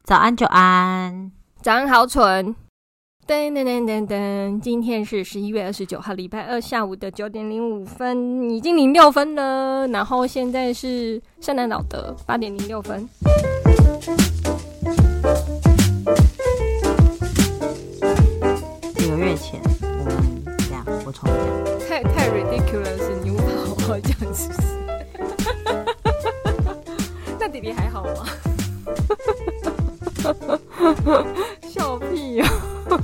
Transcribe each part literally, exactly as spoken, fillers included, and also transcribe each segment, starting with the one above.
早安久安， 早安好蠢。噔噔噔噔噔，今天是十一月二十九号礼拜二下午的九点零五分，已经零六分了。然后现在是圣诞老的八点零六分。 几个月前我们这样，我重讲， 太太 ridiculous， 你无法好好讲是不是？那弟弟还好吗？笑屁啊！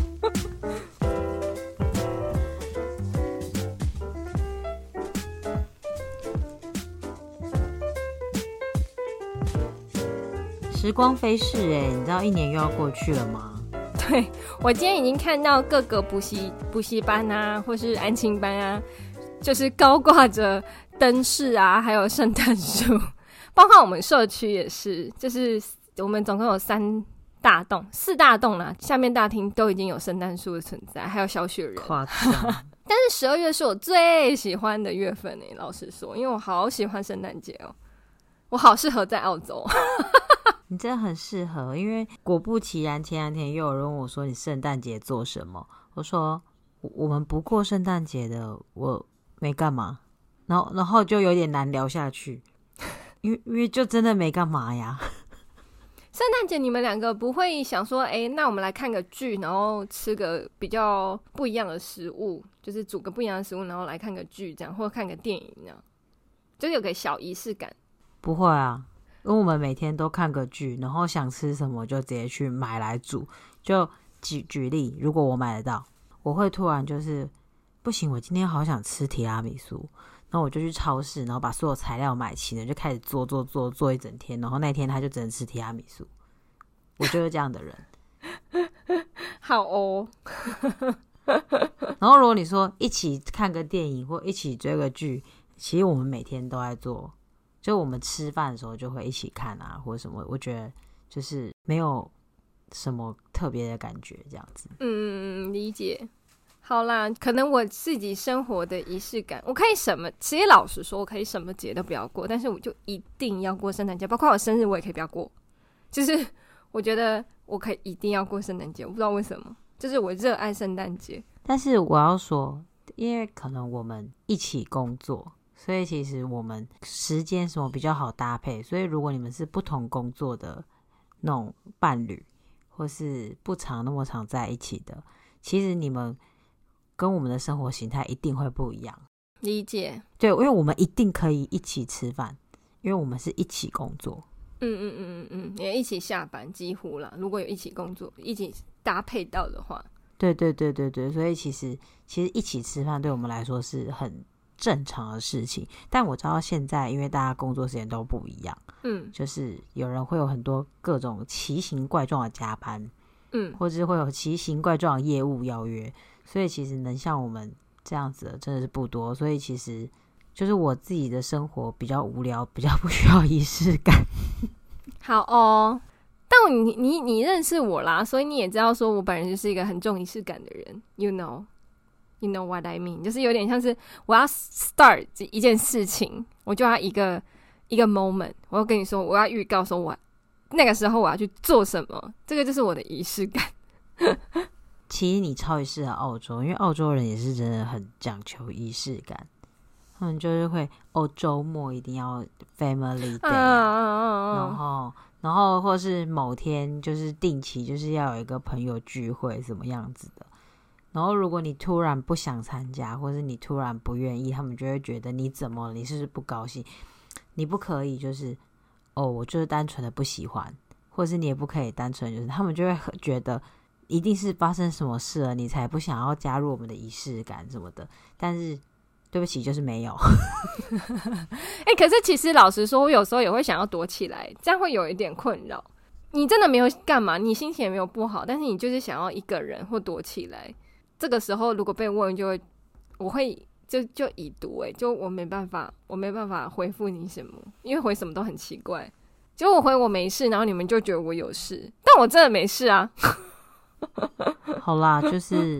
时光飞逝哎，你知道一年又要过去了吗？ 对，我今天已经看到各个补习补习班啊，或是安亲班啊，就是高挂着灯饰啊，还有圣诞树，包括我们社区也是，就是我们总共有三大栋、四大栋啦，下面大厅都已经有圣诞树的存在，还有小雪人。 夸张！ 但是十二月是我最喜欢的月份诶，老实说，因为我好喜欢圣诞节哦，我好适合在澳洲。 你真的很适合，因为果不其然，前两天又有人问我说你圣诞节做什么？我说我们不过圣诞节的，我没干嘛，然后然后就有点难聊下去，因为因为就真的没干嘛呀。 圣诞节你们两个不会想说，哎、欸，那我们来看个剧，然后吃个比较不一样的食物，就是煮个不一样的食物，然后来看个剧这样，或者看个电影这样，就有个小仪式感。 不会啊，因为我们每天都看个剧，然后想吃什么就直接去买来煮。就举举例，如果我买得到，我会突然就是不行，我今天好想吃提拉米苏，然后我就去超市，然后把所有材料买齐了，就开始做做做做一整天，然后那天他就只能吃提拉米苏。我就是这样的人。 好哦。 然后如果你说一起看个电影或一起追个剧，其实我们每天都在做。就我们吃饭的时候就会一起看啊，或者什么，我觉得就是没有什么特别的感觉，这样子。 嗯，理解。好啦，可能我自己生活的仪式感，我可以什么，其实老实说，我可以什么节都不要过，但是我就一定要过圣诞节，包括我生日我也可以不要过。就是我觉得我可以一定要过圣诞节，我不知道为什么，就是我热爱圣诞节。 但是我要说，因为可能我们一起工作，所以其实我们时间什么比较好搭配，所以如果你们是不同工作的那种伴侣，或是不常那么常在一起的，其实你们跟我们的生活形态一定会不一样。 理解。 对，因为我们一定可以一起吃饭，因为我们是一起工作。 嗯嗯嗯嗯嗯，也一起下班，几乎啦。如果有一起工作，一起搭配到的话， 对对对对对，所以其实其实一起吃饭对我们来说是很正常的事情。但我知道现在因为大家工作时间都不一样， 嗯， 就是有人会有很多各种奇形怪状的加班， 嗯， 或者会有奇形怪状的业务邀约，所以其实能像我们这样子的真的是不多。所以其实就是我自己的生活比较无聊，比较不需要仪式感。 好哦。但你你你认识我啦，所以你也知道说我本人就是一个很重仪式感的人 ，you know。You know what I mean？ 就是有点像是我要 start 一件事情，我就要一个一个 moment， 我要跟你说，我要预告说我那个时候我要去做什么，这个就是我的仪式感。 其实你超级适合澳洲，因为澳洲人也是真的很讲求仪式感，他们就是会哦周末一定要 family day，、啊、然后然后或是某天就是定期就是要有一个朋友聚会什么样子的。然后如果你突然不想参加，或是你突然不愿意，他们就会觉得你怎么了，你是不是不高兴？你不可以就是哦我就是单纯的不喜欢，或是你也不可以单纯就是他们就会觉得一定是发生什么事了你才不想要加入我们的仪式感什么的。但是对不起，就是没有。 欸，可是其实老实说，我有时候也会想要躲起来，这样会有一点困扰。你真的没有干嘛，你心情也没有不好，但是你就是想要一个人或躲起来。这个时候如果被问，就会我会就就已读，欸，就我没办法我没办法回复你什么，因为回什么都很奇怪。结果我回我没事，然后你们就觉得我有事，但我真的没事啊。 好啦，就是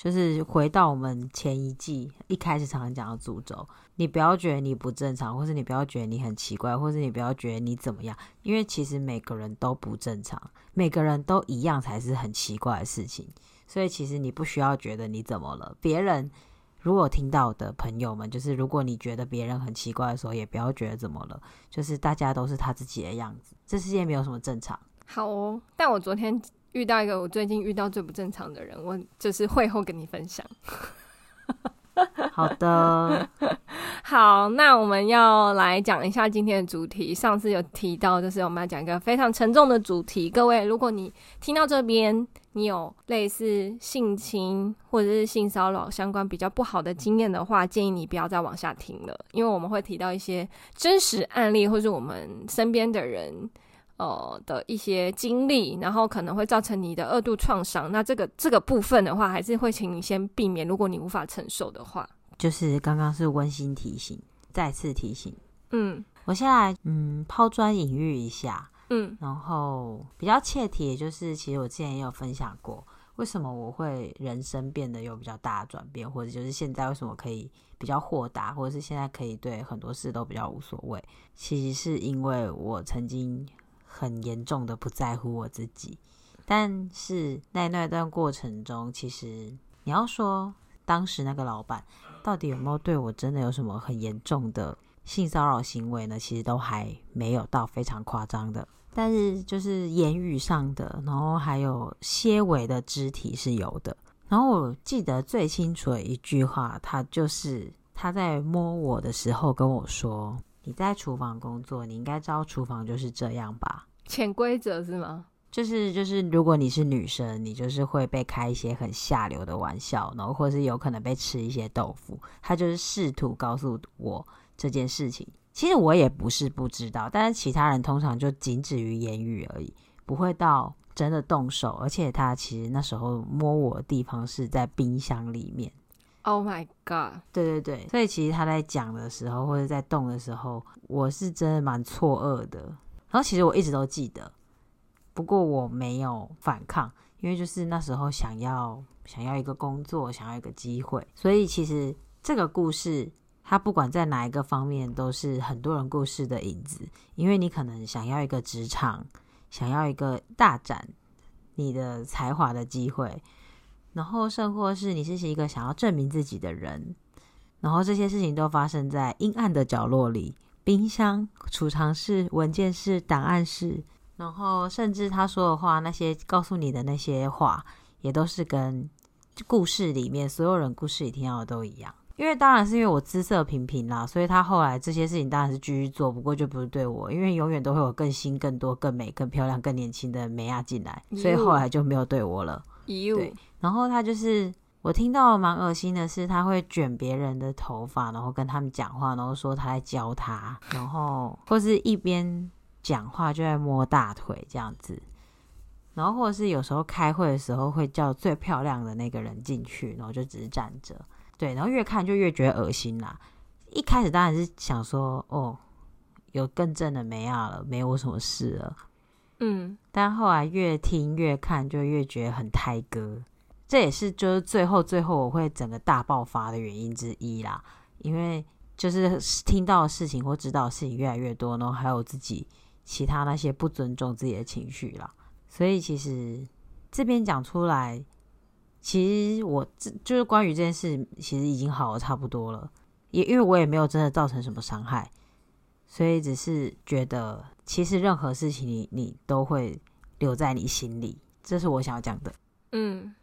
就是回到我们前一季一开始常常讲的主轴，你不要觉得你不正常，或是你不要觉得你很奇怪，或是你不要觉得你怎么样，因为其实每个人都不正常，每个人都一样才是很奇怪的事情，所以其实你不需要觉得你怎么了。别人如果听到的朋友们，就是如果你觉得别人很奇怪的时候，也不要觉得怎么了，就是大家都是他自己的样子，这世界没有什么正常。 好哦，但我昨天遇到一个我最近遇到最不正常的人，我就是会后跟你分享。 好的， 好，那我们要来讲一下今天的主题。上次有提到，就是我们要讲一个非常沉重的主题。各位，如果你听到这边，你有类似性侵或者是性骚扰相关比较不好的经验的话，建议你不要再往下听了，因为我们会提到一些真实案例，或是我们身边的人呃的一些经历，然后可能会造成你的二度创伤。那这个这个部分的话，还是会请你先避免，如果你无法承受的话。 就是刚刚是温馨提醒，再次提醒。 嗯， 我先来嗯抛砖引玉一下。 嗯， 然后比较切题，就是其实我之前也有分享过，为什么我会人生变得有比较大的转变，或者就是现在为什么可以比较豁达，或者是现在可以对很多事都比较无所谓。其实是因为我曾经很严重的不在乎我自己，但是在那段过程中，其实你要说当时那个老板到底有没有对我真的有什么很严重的性骚扰行为呢？其实都还没有到非常夸张的，但是就是言语上的，然后还有些微的肢体是有的。然后我记得最清楚的一句话，他就是他在摸我的时候跟我说，你在厨房工作，你应该知道厨房就是这样吧。 潜规则是吗？ 就是就是如果你是女生，你就是会被开一些很下流的玩笑，然后或是有可能被吃一些豆腐。他就是试图告诉我这件事情，其实我也不是不知道，但是其他人通常就仅止于言语而已，不会到真的动手。而且他其实那时候摸我的地方是在冰箱里面。 Oh my god！ 对对对，所以其实他在讲的时候或者在动的时候，我是真的蛮错愕的。然后其实我一直都记得，不过我没有反抗，因为就是那时候想要想要一个工作，想要一个机会。所以其实这个故事它不管在哪一个方面都是很多人故事的影子，因为你可能想要一个职场，想要一个大展你的才华的机会，然后甚或是你是一个想要证明自己的人，然后这些事情都发生在阴暗的角落里，冰箱、储藏室、文件室、档案室，然后甚至他说的话，那些告诉你的那些话也都是跟故事里面所有人故事里听到的都一样。因为当然是因为我姿色平平啦，所以他后来这些事情当然是继续做，不过就不是对我，因为永远都会有更新、更多、更美、更漂亮、更年轻的美亚进来，所以后来就没有对我了。对，然后他就是我听到蛮恶心的是，他会卷别人的头发，然后跟他们讲话，然后说他在教他，然后或是一边讲话就在摸大腿这样子，然后或者是有时候开会的时候会叫最漂亮的那个人进去，然后就只是站着。对，然后越看就越觉得恶心啦。一开始当然是想说，哦，有更正的没啊了，没我什么事了。嗯，但后来越听越看，就越觉得很胎哥。这也是就是最后最后我会整个大爆发的原因之一啦。因为就是听到的事情或知道的事情越来越多，然后还有自己其他那些不尊重自己的情绪啦。所以其实这边讲出来，其实我就是关于这件事其实已经好了差不多了，也因为我也没有真的造成什么伤害，所以只是觉得其实任何事情你你都会留在你心里，这是我想要讲的。 嗯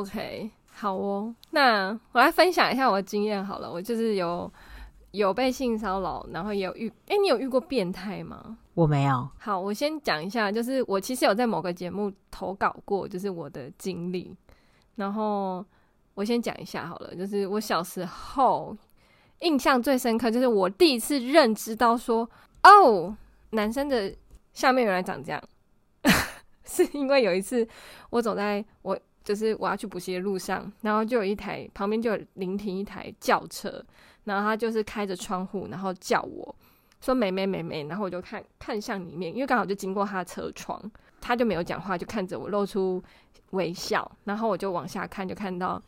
OK 好哦，那我来分享一下我的经验好了。我就是有有被性骚扰，然后也有遇哎、欸，你有遇过变态吗？ 我没有。 好，我先讲一下，就是我其实有在某个节目投稿过，就是我的经历。然后我先讲一下好了，就是我小时候印象最深刻，就是我第一次认知到说，哦，男生的下面原来长这样，是因为有一次我走在我就是我要去补习的路上，然后就有一台旁边就有临停一台轿车，然后他就是开着窗户，然后叫我说妹妹妹妹，然后我就看看向里面，因为刚好就经过他的车窗，他就没有讲话，就看着我露出微笑，然后我就往下看，就看到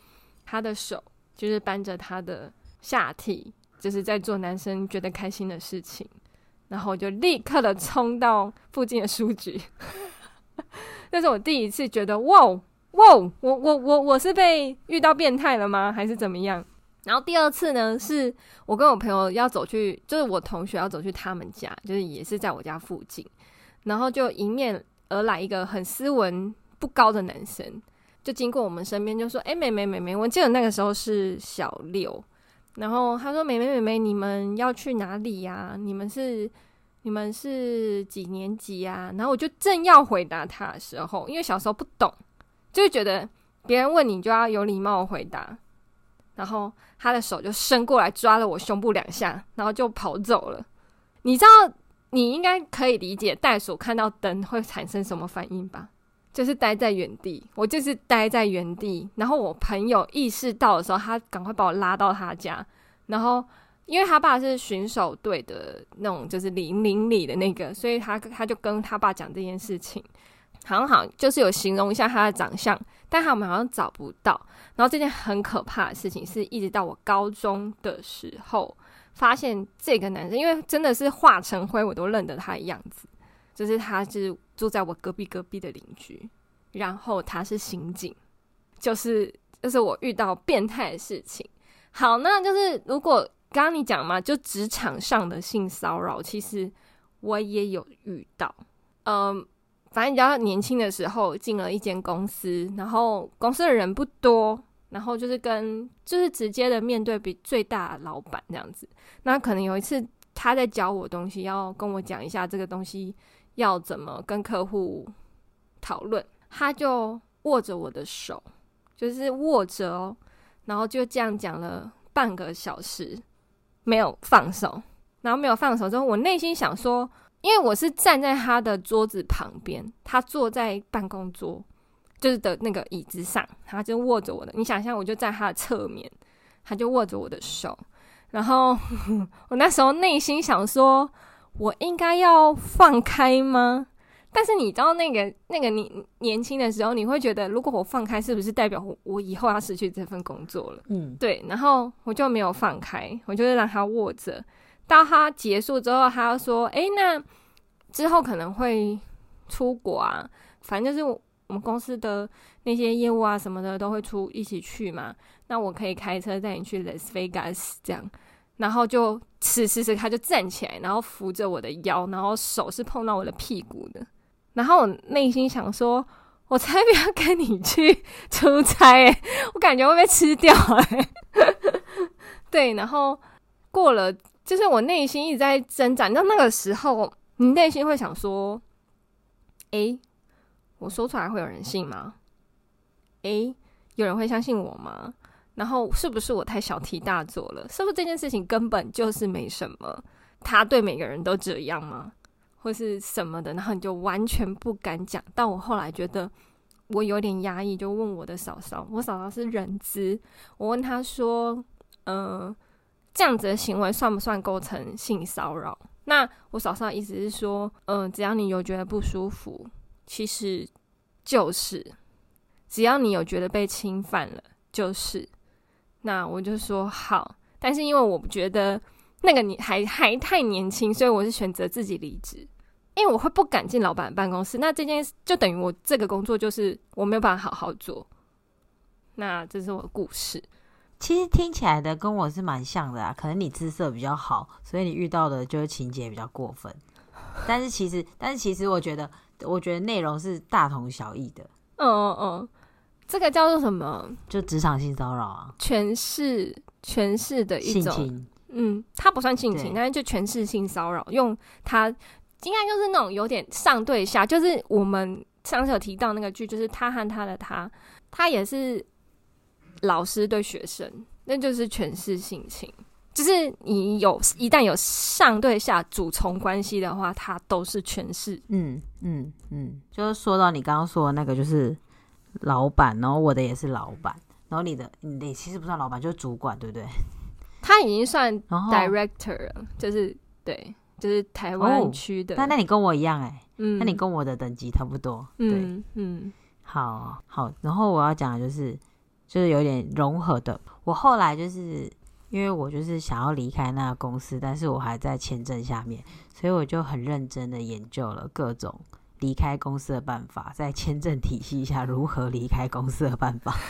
他的手就是扳着他的下体，就是在做男生觉得开心的事情，然后我就立刻的冲到附近的书局。那是我第一次觉得哇哇，我我我我是被遇到变态了吗？还是怎么样？然后第二次呢，是我跟我朋友要走去，就是我同学要走去他们家，就是也是在我家附近，然后就迎面而来一个很斯文不高的男生，就经过我们身边就说：“哎、欸，妹妹妹妹，我记得那个时候是小六。”然后他说：“妹妹妹妹，你们要去哪里呀、啊？你们是你们是几年级啊？”然后我就正要回答他的时候，因为小时候不懂，就会觉得别人问你就要有礼貌的回答。然后他的手就伸过来抓了我胸部两下，然后就跑走了。你知道，你应该可以理解袋鼠看到灯会产生什么反应吧？就是待在原地，我就是待在原地。然后我朋友意识到的时候，他赶快把我拉到他家。然后因为他爸是巡守队的那种，就是邻邻里的那个，所以他他就跟他爸讲这件事情。好像好像就是有形容一下他的长相，但他们好像找不到。然后这件很可怕的事情是一直到我高中的时候发现这个男生，因为真的是化成灰我都认得他的样子，就是他是住在我隔壁隔壁的邻居，然后他是刑警，就是就是我遇到变态的事情。好，那就是如果刚刚你讲嘛，就职场上的性骚扰，其实我也有遇到。嗯，反正比较年轻的时候进了一间公司，然后公司的人不多，然后就是跟就是直接的面对比最大的老板这样子。那可能有一次他在教我东西，要跟我讲一下这个东西要怎么跟客户讨论，他就握着我的手，就是握着哦，然后就这样讲了半个小时，没有放手。然后没有放手之后，我内心想说，因为我是站在他的桌子旁边，他坐在办公桌就是的那个椅子上，他就握着我的，你想象我就在他的侧面，他就握着我的手。然后我那时候内心想说，我应该要放开吗？但是你知道那个那个你年轻的时候，你会觉得如果我放开，是不是代表我我以后要失去这份工作了？嗯，对。然后我就没有放开，我就是让他握着。到他结束之后，他说：“哎，那之后可能会出国啊，反正就是我们公司的那些业务啊什么的都会出一起去嘛。那我可以开车带你去 Las Vegas 这样。”然后就此时此刻他就站起来，然后扶着我的腰，然后手是碰到我的屁股的。然后我内心想说，我才不要跟你去出差欸，我感觉会被吃掉欸。对，然后过了，就是我内心一直在挣扎。到那个时候，你内心会想说，诶，我说出来会有人信吗？诶，有人会相信我吗？然后是不是我太小题大做了？是不是这件事情根本就是没什么？他对每个人都这样吗？或是什么的？然后你就完全不敢讲。到我后来觉得我有点压抑，就问我的嫂嫂，我嫂嫂是人资，我问她说，呃，这样子的行为算不算构成性骚扰？那我嫂嫂的意思是说，嗯、呃，只要你有觉得不舒服，其实就是只要你有觉得被侵犯了，就是。那我就说好，但是因为我觉得那个你还还太年轻，所以我是选择自己离职，因为我会不敢进老板的办公室。那这件事就等于我这个工作就是我没有办法好好做。那这是我的故事。 其实听起来的跟我是蛮像的啊，可能你姿色比较好，所以你遇到的就是情节比较过分。但是其实，但是其实我觉得，我觉得内容是大同小异的。 嗯嗯嗯。这个叫做什么？ 就职场性骚扰啊， 权势权势的一种， 性侵。 嗯，它不算性侵，但是就权势性骚扰，用它应该就是那种有点上对下，就是我们上次有提到那个剧，就是他和他的他，他也是老师对学生，那就是权势性侵。就是你有一旦有上对下主从关系的话，它都是权势。 嗯嗯嗯，就是说到你刚刚说的那个，就是老板，然后我的也是老板，然后你的你的其实不算老板，就是主管，对不对？ 他已经算 director 了，就是对，就是台湾区的。 那、哦、那你跟我一样哎、欸， 嗯， 那你跟我的等级差不多，对， 嗯嗯， 好好。然后我要讲的就是， 就是有点融合的。我后来就是因为我就是想要离开那个公司，但是我还在签证下面，所以我就很认真的研究了各种离开公司的办法，在签证体系下如何离开公司的办法。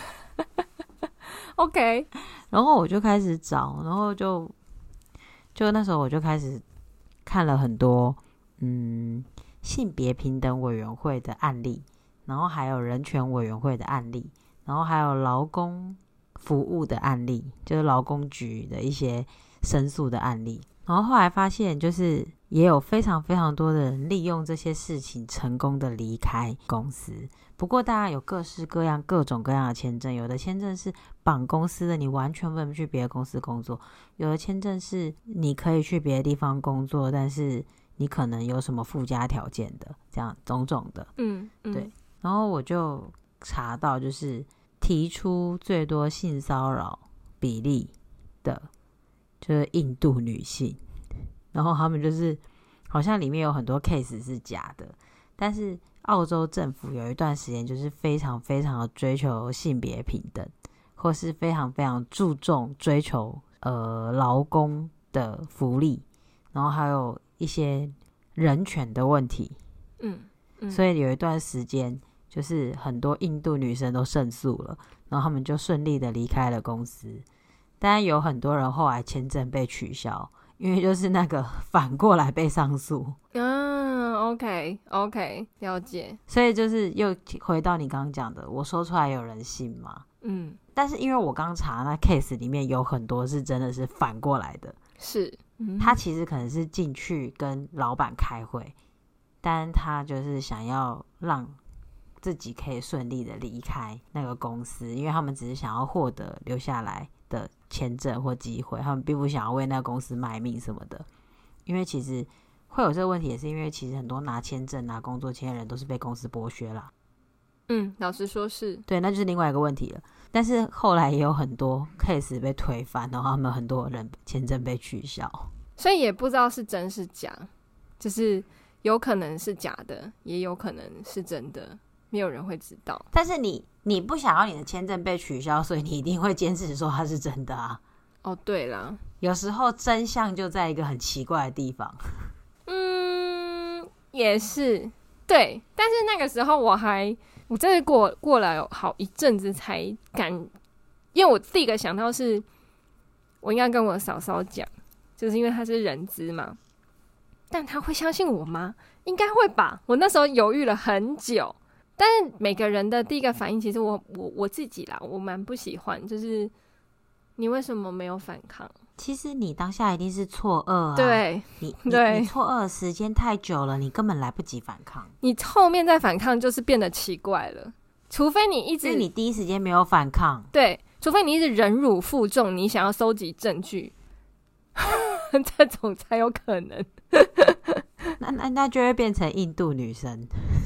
OK， 然后我就开始找，然后就就那时候我就开始看了很多嗯性别平等委员会的案例，然后还有人权委员会的案例，然后还有劳工服务的案例，就是劳工局的一些申诉的案例。然后后来发现就是也有非常非常多的人利用这些事情成功的离开公司。不过大家有各式各样各种各样的签证，有的签证是绑公司的，你完全不能去别的公司工作，有的签证是你可以去别的地方工作，但是你可能有什么附加条件的，这样种种的。 嗯, 嗯对。然后我就查到就是提出最多性骚扰比例的就是印度女性，然后他们就是好像里面有很多 case 是假的，但是澳洲政府有一段时间就是非常非常的追求性别平等，或是非常非常注重追求呃劳工的福利，然后还有一些人权的问题。 嗯, 嗯所以有一段时间就是很多印度女生都胜诉了，然后他们就顺利的离开了公司。当然有很多人后来签证被取消，因为就是那个反过来被上诉。 嗯 OK OK 了解。 所以就是又回到你刚刚讲的，我说出来有人信吗？ 嗯， 但是因为我刚查那 case 里面有很多是真的是反过来的， 是、嗯、 他其实可能是进去跟老板开会，但他就是想要让自己可以顺利的离开那个公司，因为他们只是想要获得留下来的签证或机会，他们并不想要为那个公司卖命什么的。因为其实会有这个问题也是因为其实很多拿签证拿工作签的人都是被公司剥削啦。 嗯，老实说是对，那就是另外一个问题了。但是后来也有很多 case 被推翻，然后他们很多人签证被取消， 所以也不知道是真是假，就是有可能是假的，也有可能是真的，没有人会知道。 但是你你不想要你的签证被取消，所以你一定会坚持说它是真的啊。 哦，对啦， 有时候真相就在一个很奇怪的地方。 嗯，也是对。但是那个时候我还我真的过过了有好一阵子才敢，因为我第一个想到是我应该跟我嫂嫂讲，就是因为她是人资嘛，但她会相信我吗？应该会吧。我那时候犹豫了很久，但是每个人的第一个反应，其实我我我自己啦，我蛮不喜欢，就是你为什么没有反抗？ 其实你当下一定是错愕啊， 对， 你你对你错愕的时间太久了，你根本来不及反抗。 你后面再反抗就是变得奇怪了，除非你一直， 因为你第一时间没有反抗， 对，除非你一直忍辱负重，你想要收集证据，这种才有可能。 那那那就会变成印度女生。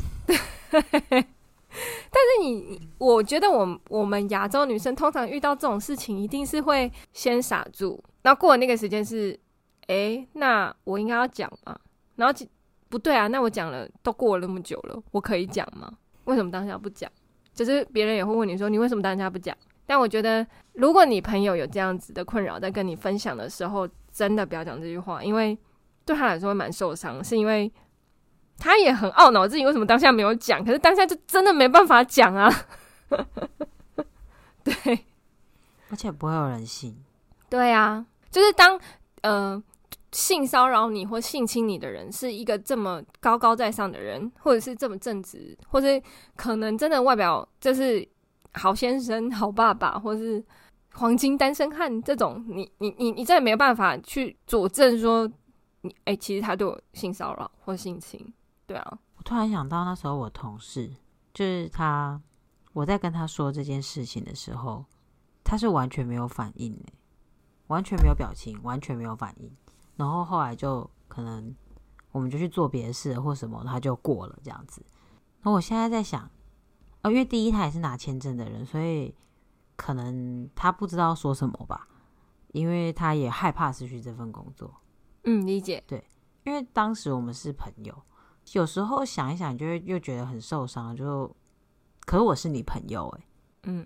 但是你，我觉得我我们亚洲女生通常遇到这种事情，一定是会先傻住，然后过了那个时间是，哎，那我应该要讲吗？然后不对啊，那我讲了，都过了那么久了，我可以讲吗？为什么当下不讲？就是别人也会问你说，你为什么当下不讲？但我觉得，如果你朋友有这样子的困扰，在跟你分享的时候，真的不要讲这句话，因为对他来说会蛮受伤，是因为他也很懊恼自己为什么当下没有讲，可是当下就真的没办法讲啊。对， 而且不会有人信。 对啊，就是当呃性骚扰你或性侵你的人是一个这么高高在上的人，或者是这么正直，或是可能真的外表就是好先生、好爸爸，或是黄金单身汉这种，你你你你真的没有办法去佐证说你哎、欸，其实他对我性骚扰或性侵。对啊， 我突然想到那时候我同事，就是他，我在跟他说这件事情的时候，他是完全没有反应的，完全没有表情，完全没有反应。然后后来就可能我们就去做别的事或什么，他就过了这样子。然后我现在在想，哦，因为第一他也是拿签证的人，所以可能他不知道说什么吧，因为他也害怕失去这份工作。 嗯，理解。 对，因为当时我们是朋友。有时候想一想就会又觉得很受伤，就可是我是你朋友欸， 嗯，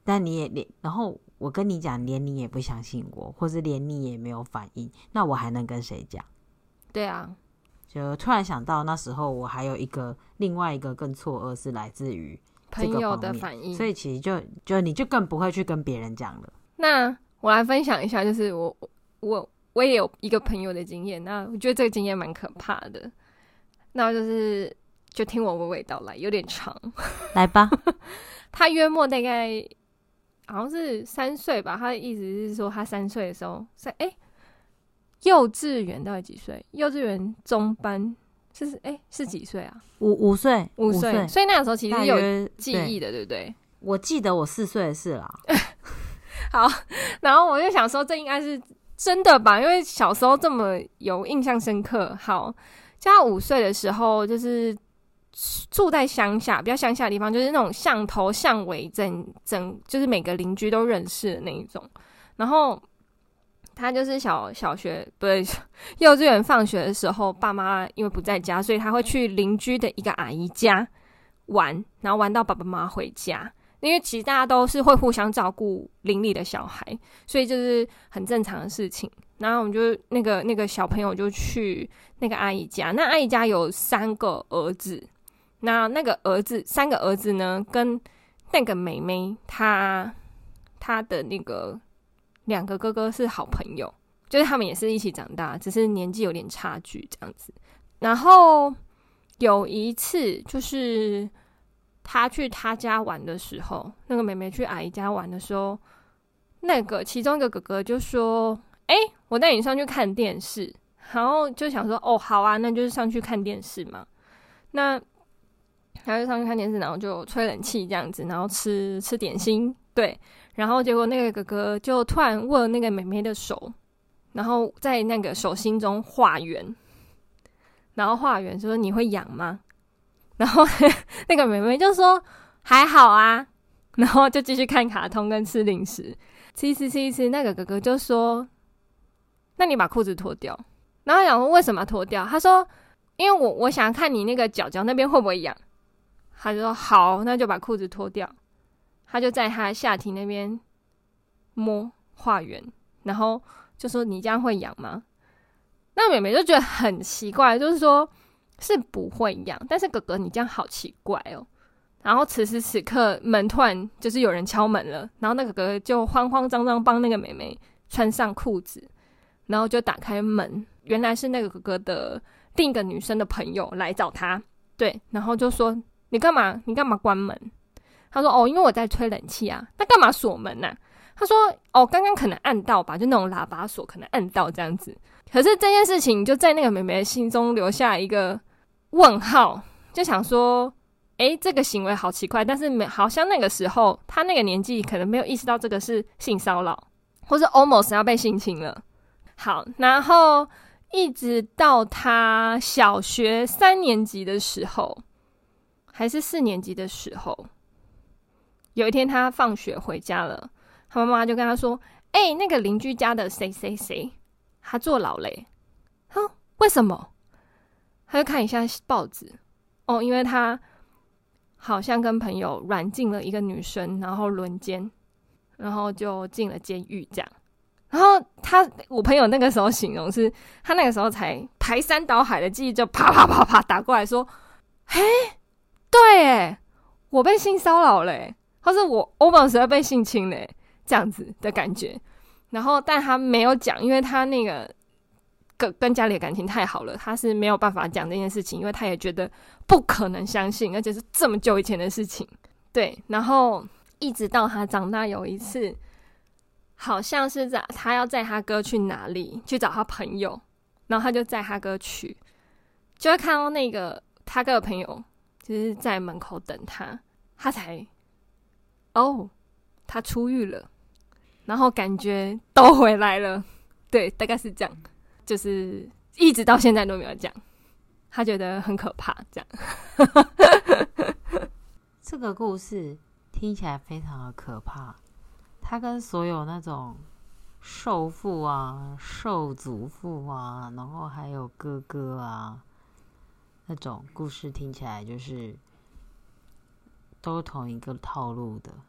但你也连，然后我跟你讲，连你也不相信我，或是连你也没有反应，那我还能跟谁讲？ 对啊， 就突然想到那时候我还有一个另外一个更错愕是来自于这个朋友的方面反应， 所以其实就就你就更不会去跟别人讲了。 那我来分享一下，就是我我我也有一个朋友的经验，那我觉得这个经验蛮可怕的。那就是就听我娓娓道来，有点长， 来吧。 他约莫大概好像是三岁吧，他的意思是说他三岁的时候，在哎、欸、幼稚园到底几岁？幼稚园中班是哎、欸、是几岁啊？ 五五岁， 五岁，所以那个时候其实有记忆的， 对对不对？ 我记得我四岁的事啦。 好，然后我就想说，这应该是真的吧，因为小时候这么有印象深刻。好。就他五岁的时候，就是住在乡下，比较乡下的地方，就是那种巷头巷尾，整整就是每个邻居都认识的那一种。然后他就是小小学不对幼稚园放学的时候，爸妈因为不在家，所以他会去邻居的一个阿姨家玩，然后玩到爸爸妈妈回家。因为其实大家都是会互相照顾邻里的小孩，所以就是很正常的事情。然后我们就那个那个小朋友就去那个阿姨家，那阿姨家有三个儿子，那那个儿子三个儿子呢，跟那个妹妹她她的那个两个哥哥是好朋友，就是他们也是一起长大，只是年纪有点差距这样子。然后有一次就是他去他家玩的时候，那个妹妹去阿姨家玩的时候，那个其中一个哥哥就说哎、欸，我带你上去看电视。然后就想说哦好啊，那就是上去看电视嘛。那他就上去看电视，然后就吹冷气这样子，然后吃吃点心，对。然后结果那个哥哥就突然握那个妹妹的手，然后在那个手心中画圆，然后画圆说你会痒吗？然后那个妹妹就说还好啊，然后就继续看卡通跟吃零食，吃一吃吃一吃。那个哥哥就说那你把裤子脱掉。然后他想说为什么要脱掉？他说因为我我想看你那个脚脚那边会不会痒。他就说好，那就把裤子脱掉。他就在他下体那边摸画圆，然后就说你这样会痒吗？那妹妹就觉得很奇怪，就是说是不会痒，但是哥哥你这样好奇怪哦。然后此时此刻门突然就是有人敲门了，然后那个哥哥就慌慌张张帮那个妹妹穿上裤子，然后就打开门，原来是那个哥哥的另一个女生的朋友来找他，对，然后就说你干嘛你干嘛关门？他说哦因为我在吹冷气啊。那干嘛锁门啊？他说哦刚刚可能按到吧，就那种喇叭锁可能按到这样子。可是这件事情就在那个妹妹的心中留下一个问号，就想说诶这个行为好奇怪，但是好像那个时候他那个年纪可能没有意识到这个是性骚扰，或是 almost 要被性侵了。好，然后一直到他小学三年级的时候还是四年级的时候，有一天他放学回家了，他妈妈就跟他说诶、欸、那个邻居家的谁谁谁他坐牢嘞。他说为什么？他就看一下报纸，哦因为他好像跟朋友软禁了一个女生，然后轮奸，然后就进了监狱这样。然后他我朋友那个时候形容是他那个时候才排山倒海的记忆就啪啪啪啪打过来说嘿对耶我被性骚扰了，或是我 almost 要被性侵了这样子的感觉。然后但他没有讲，因为他那个跟跟家里的感情太好了，他是没有办法讲这件事情，因为他也觉得不可能相信，而且是这么久以前的事情。对，然后一直到他长大，有一次好像是在他要载他哥去哪里去找他朋友，然后他就载他哥去，就会看到那个他哥的朋友就是在门口等他，他才哦他出狱了，然后感觉都回来了。对，大概是这样，就是一直到现在都没有讲，他觉得很可怕这样。 这个故事听起来非常的可怕，他跟所有那种受父啊、受祖父啊，然后还有哥哥啊，那种故事听起来就是都同一个套路的。 但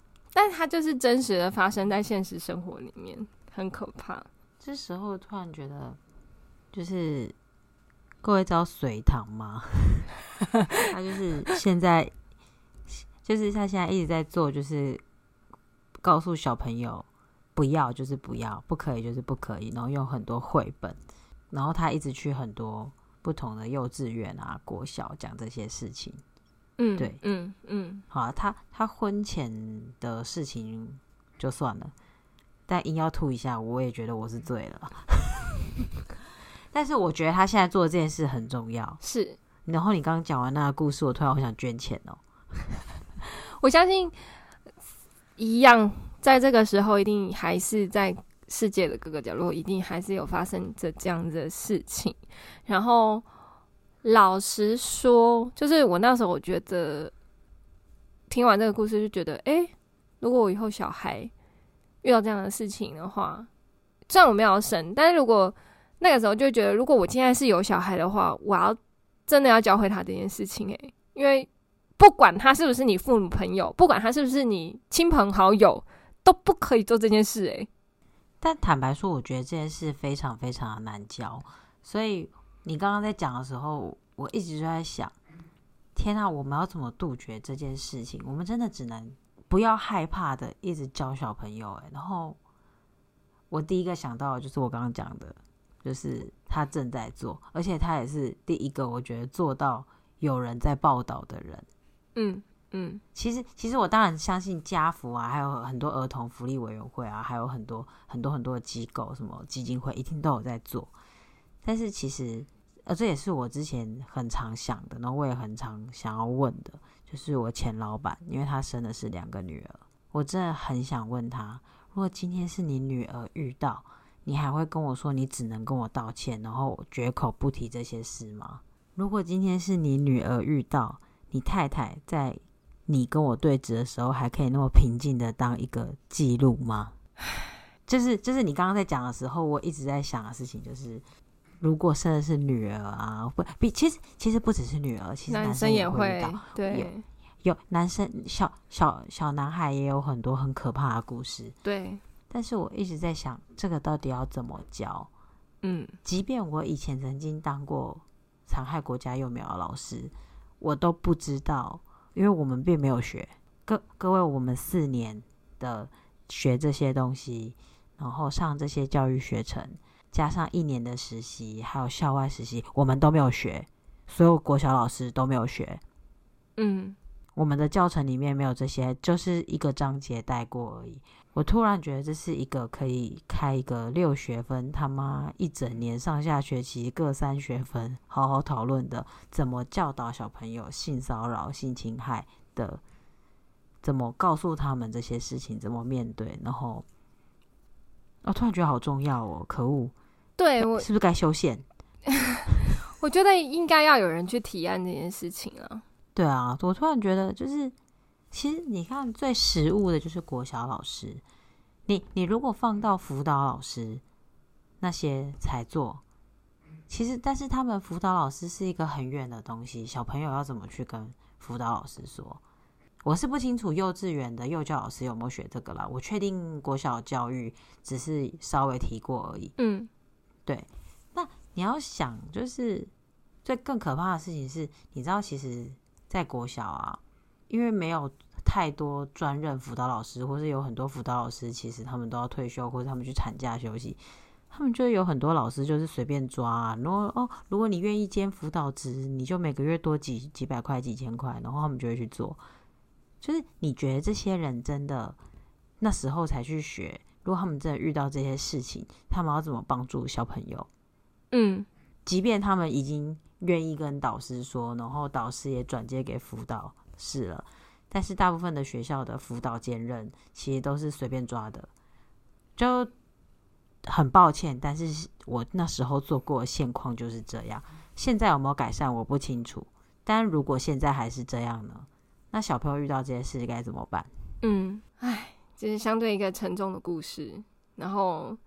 但是它就是真实的发生在现实生活里面，很可怕。 这时候突然觉得，就是各位知道隋唐吗？他就是现在，就是他现在一直在做，就是告诉小朋友不要就是不要，不可以就是不可以，然后用很多绘本，然后他一直去很多不同的幼稚园啊、国小讲这些事情。 嗯， 对， 嗯嗯， 好啊，他他婚前的事情就算了，但硬要吐一下，我也觉得我是醉了。但是我觉得他现在做的这件事很重要。 是。 然后你刚刚讲完那个故事，我突然好想捐钱哦。 我相信一样，在这个时候一定还是在世界的各个角落，一定还是有发生着这样的事情。然后老实说，就是我那时候我觉得听完这个故事就觉得，哎，如果我以后小孩遇到这样的事情的话，虽然我没有要生，但是如果那个时候就觉得，如果我现在是有小孩的话，我要真的要教会他这件事情。哎，因为不管他是不是你父母朋友，不管他是不是你亲朋好友，都不可以做这件事。哎， 但坦白说，我觉得这件事非常非常的难教，所以你刚刚在讲的时候，我一直就在想，天啊，我们要怎么杜绝这件事情？我们真的只能不要害怕的一直教小朋友。哎，然后我第一个想到的就是我刚刚讲的，就是他正在做，而且他也是第一个我觉得做到有人在报道的人。 嗯嗯， 其实其实我当然相信家福啊，还有很多儿童福利委员会啊，还有很多很多很多的机构，什么基金会一定都有在做。但是其实呃，这也是我之前很常想的，然后我也很常想要问的，就是我前老板，因为他生的是两个女儿，我真的很想问他，如果今天是你女儿遇到，你还会跟我说你只能跟我道歉，然后绝口不提这些事吗？如果今天是你女儿遇到，你太太在你跟我对峙的时候，还可以那么平静的当一个记录吗？就是就是你刚刚在讲的时候，我一直在想的事情就是，如果生的是女儿啊，不，比其实其实不只是女儿，其实男生也会遇到， 对， 有有男生小小小男孩也有很多很可怕的故事， 对。 但是我一直在想，这个到底要怎么教？嗯，即便我以前曾经当过残害国家幼苗的老师，我都不知道，因为我们并没有学。各各位，我们四年的学这些东西，然后上这些教育学程，加上一年的实习，还有校外实习，我们都没有学。所有国小老师都没有学。嗯，我们的教程里面没有这些，就是一个章节带过而已。我突然觉得这是一个可以开一个六学分，他妈一整年上下学期各三学分，好好讨论的，怎么教导小朋友性骚扰、性侵害的，怎么告诉他们这些事情，怎么面对。然后，我、哦、突然觉得好重要哦，可恶！ 对，我是不是该修宪？ 我觉得应该要有人去提案这件事情啊。 对啊，我突然觉得就是。其实你看最实务的就是国小老师，你你如果放到辅导老师那些才做，其实但是他们辅导老师是一个很远的东西，小朋友要怎么去跟辅导老师说？我是不清楚幼稚园的幼教老师有没有学这个啦，我确定国小教育只是稍微提过而已。嗯，对。那你要想，就是最更可怕的事情是，你知道其实在国小啊，因为没有太多专任辅导老师，或是有很多辅导老师其实他们都要退休，或者他们去产假休息，他们就有很多老师就是随便抓啊，然后哦，如果你愿意兼辅导职，你就每个月多几几百块几千块，然后他们就会去做。就是你觉得这些人真的那时候才去学，如果他们真的遇到这些事情，他们要怎么帮助小朋友？嗯，即便他们已经愿意跟导师说，然后导师也转接给辅导室了，但是大部分的学校的辅导兼任其实都是随便抓的，就很抱歉，但是我那时候做过的现况就是这样。现在有没有改善我不清楚，但如果现在还是这样呢，那小朋友遇到这些事该怎么办？嗯， 唉，这是相对一个沉重的故事，然后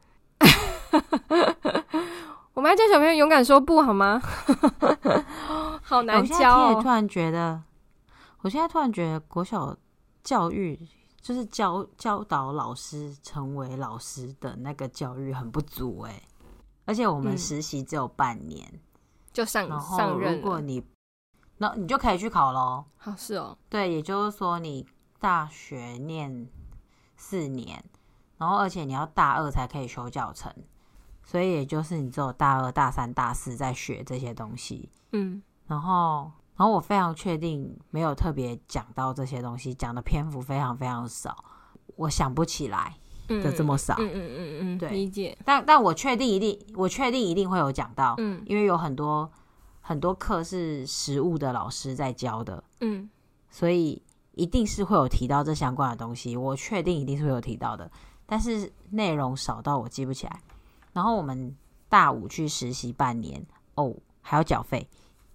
我们要叫小朋友勇敢说不好吗？好难教哦。 我现在突然觉得我现在突然觉得国小教育就是教教导老师成为老师的那个教育很不足哎、欸，而且我们实习只有半年、嗯、 就上然后上任了， 如果你那你就可以去考咯。 好是哦， 对，也就是说你大学念四年，然后而且你要大二才可以修教程，所以也就是你只有大二、大三、大四在学这些东西。 嗯， 然后，然后我非常确定没有特别讲到这些东西，讲的篇幅非常非常少，我想不起来的这么少。 嗯嗯嗯嗯， 对， 理解。 但但我确定一定，我确定一定会有讲到， 嗯， 因为有很多很多课是实务的老师在教的， 嗯， 所以一定是会有提到这相关的东西，我确定一定是会有提到的，但是内容少到我记不起来。然后我们大五去实习半年，哦，还要缴费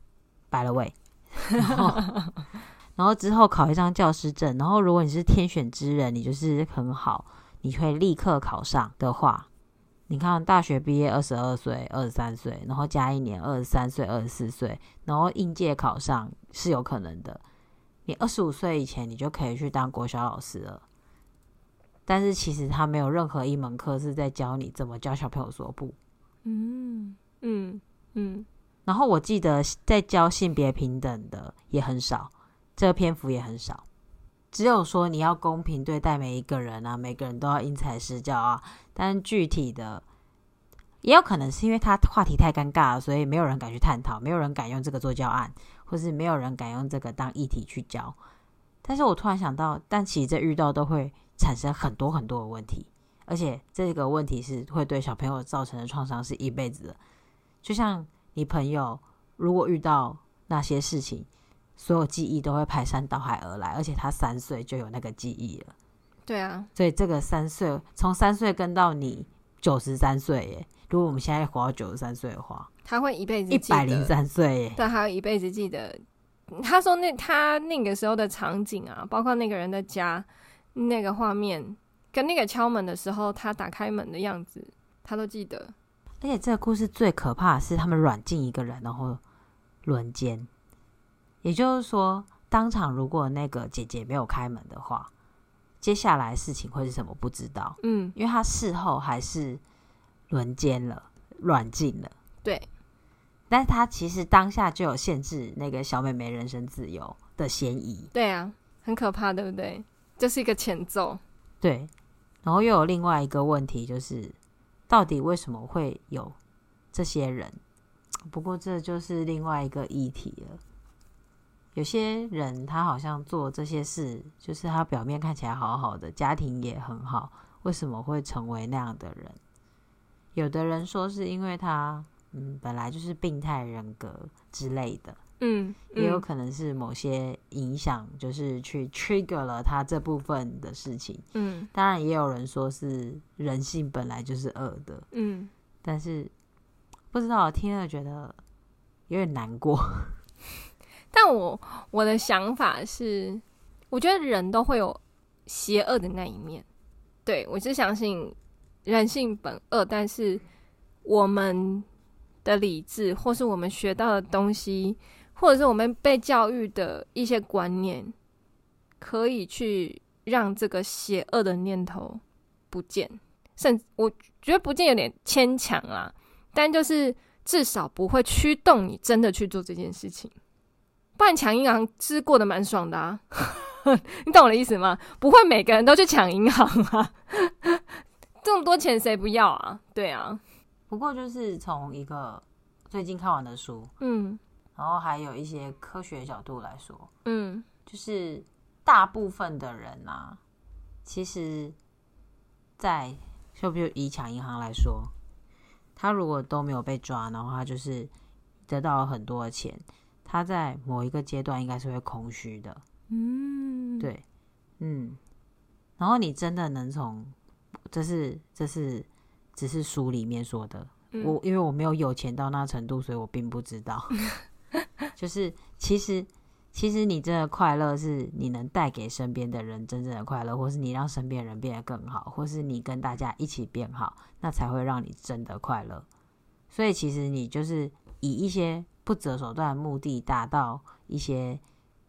，by the way， 然后然后之后考一张教师证，然后如果你是天选之人，你就是很好，你可以立刻考上的话，你看大学毕业二十二岁、二十三岁，然后加一年二十三岁、二十四岁，然后应届考上是有可能的。你二十五岁以前，你就可以去当国小老师了。但是其实他没有任何一门课是在教你怎么教小朋友说不。 嗯嗯嗯。 然后我记得在教性别平等的也很少，这个篇幅也很少，只有说你要公平对待每一个人啊，每个人都要因材施教啊。但具体的，也有可能是因为他话题太尴尬了，所以没有人敢去探讨，没有人敢用这个做教案，或是没有人敢用这个当议题去教。但是我突然想到，但其实这遇到都会产生很多很多的问题，而且这个问题是会对小朋友造成的创伤是一辈子的。就像你朋友如果遇到那些事情，所有记忆都会排山倒海而来，而且他三岁就有那个记忆了。 对啊， 所以这个三岁，从三岁跟到你九十三岁耶，如果我们现在活到九十三岁的话， 他会一辈子记得一百零三岁耶。 对，他会一辈子记得。他说那他那个时候的场景啊，包括那个人的家，那个画面，跟那个敲门的时候他打开门的样子，他都记得。 而且这个故事最可怕的是，他们软禁一个人，然后轮奸。也就是说，当场如果那个姐姐没有开门的话，接下来事情会是什么不知道。嗯，因为他事后还是轮奸了，软禁了。 对。 但是他其实当下就有限制那个小妹妹人身自由的嫌疑。 对啊，很可怕，对不对？这是一个前奏。 对，然后又有另外一个问题，就是到底为什么会有这些人？不过这就是另外一个议题了。有些人他好像做这些事，就是他表面看起来好好的，家庭也很好，为什么会成为那样的人？有的人说是因为他嗯，本来就是病态人格之类的，嗯，也有可能是某些影响，就是去 trigger 了他这部分的事情，嗯，当然也有人说是人性本来就是恶的，嗯，但是不知道听了觉得有点难过。 但我我的想法是，我觉得人都会有邪恶的那一面，对，我是相信人性本恶，但是我们的理智，或是我们学到的东西，或者是我们被教育的一些观念，可以去让这个邪恶的念头不见，甚至我觉得不见有点牵强啦，但就是至少不会驱动你真的去做这件事情。不然抢银行是过得蛮爽的啊你懂我的意思吗？不会每个人都去抢银行啊这么多钱谁不要啊？对啊。 不过就是从一个最近看完的书，嗯，然后还有一些科学角度来说，嗯，就是大部分的人啊，其实在就比如以抢银行来说，他如果都没有被抓，然后他就是得到了很多的钱，他在某一个阶段应该是会空虚的，嗯，对，嗯，然后你真的能从这是这是只是书里面说的，嗯，我因为我没有有钱到那程度，所以我并不知道就是其实其实你真的快乐是你能带给身边的人真正的快乐，或是你让身边人变得更好，或是你跟大家一起变好，那才会让你真的快乐。所以其实你就是以一些不择手段的目的达到一些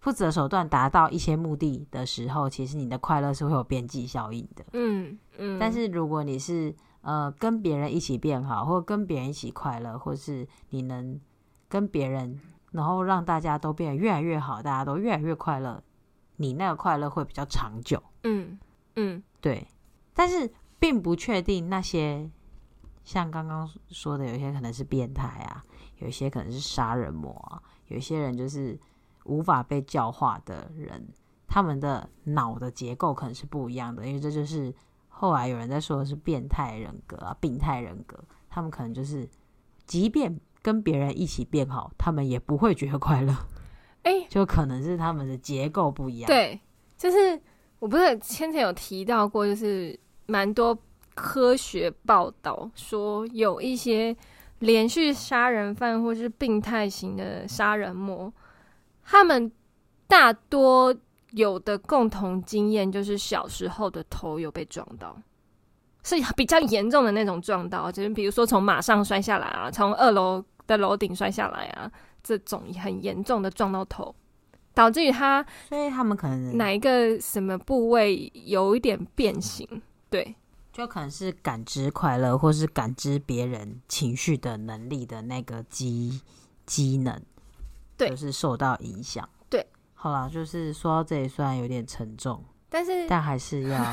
不择手段达到一些目的的时候，其实你的快乐是会有边际效应的。 嗯嗯。 但是如果你是呃跟别人一起变好，或跟别人一起快乐，或是你能跟别人，然后让大家都变得越来越好，大家都越来越快乐，你那个快乐会比较长久。 嗯嗯， 对。但是并不确定那些像刚刚说的，有一些可能是变态啊，有一些可能是杀人魔啊，有一些人就是无法被教化的人，他们的脑的结构可能是不一样的，因为这就是后来有人在说的是变态人格啊、病态人格，他们可能就是即便跟别人一起变好，他们也不会觉得快乐。 哎、欸， 就可能是他们的结构不一样。 对，就是我不是先前有提到过，就是蛮多科学报道说有一些连续杀人犯或是病态型的杀人魔，他们大多有的共同经验就是小时候的头有被撞到，是比较严重的那种撞到，就是比如说从马上摔下来啊，从二楼的楼顶摔下来啊，这种很严重的撞到头，导致于他所以他们可能哪一个什么部位有一点变形，对， 就可能是感知快乐或是感知别人情绪的能力的那个机机能， 对， 就是受到影响。 对， 好啦，就是说到这里虽然有点沉重， 但是但还是要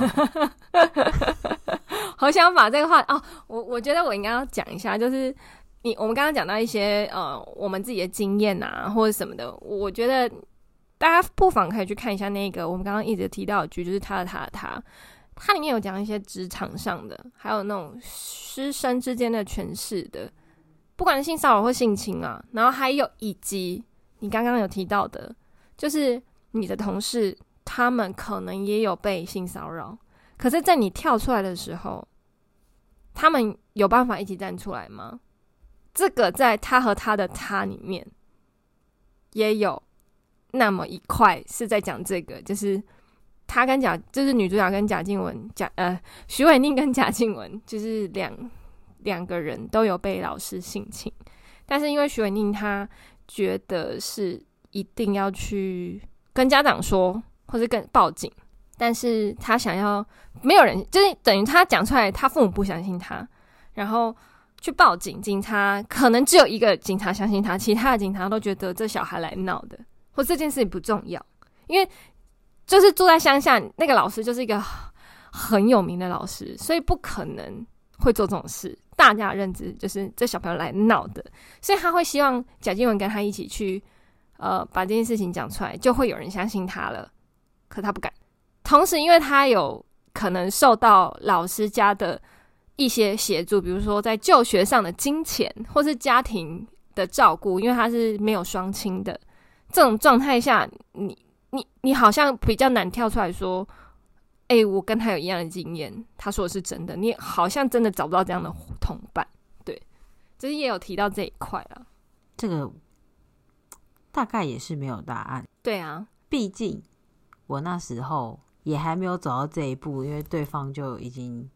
好想把这个话哦，我我觉得我应该要讲一下，就是你我们刚刚讲到一些呃我们自己的经验啊或者什么的，我觉得大家不妨可以去看一下那个我们刚刚一直提到的剧，就是他的他的他，它里面有讲一些职场上的，还有那种师生之间的诠释的，不管是性骚扰或性侵啊，然后还有以及你刚刚有提到的，就是你的同事他们可能也有被性骚扰，可是在你跳出来的时候，他们有办法一起站出来吗？这个在他和他的他里面也有那么一块是在讲这个，就是他跟贾，就是女主角跟贾静雯，贾呃徐伟宁跟贾静雯，就是两两个人都有被老师性侵，但是因为徐伟宁他觉得是一定要去跟家长说，或是跟报警，但是他想要没有人，就是等于他讲出来，他父母不相信他，然后去报警，警察可能只有一个警察相信他，其他的警察都觉得这小孩来闹的，或这件事情不重要，因为就是住在乡下，那个老师就是一个很有名的老师，所以不可能会做这种事。大家的认知就是这小朋友来闹的，所以他会希望贾静雯跟他一起去，呃，把这件事情讲出来，就会有人相信他了。可他不敢。同时，因为他有可能受到老师家的一些协助，比如说在就学上的金钱，或是家庭的照顾，因为他是没有双亲的这种状态下，你。你你好像比较难跳出来说，哎、欸，我跟他有一样的经验，他说的是真的，你好像真的找不到这样的同伴，对，就是也有提到这一块啊。 这个大概也是没有答案， 对啊， 毕竟我那时候也还没有走到这一步，因为对方就已经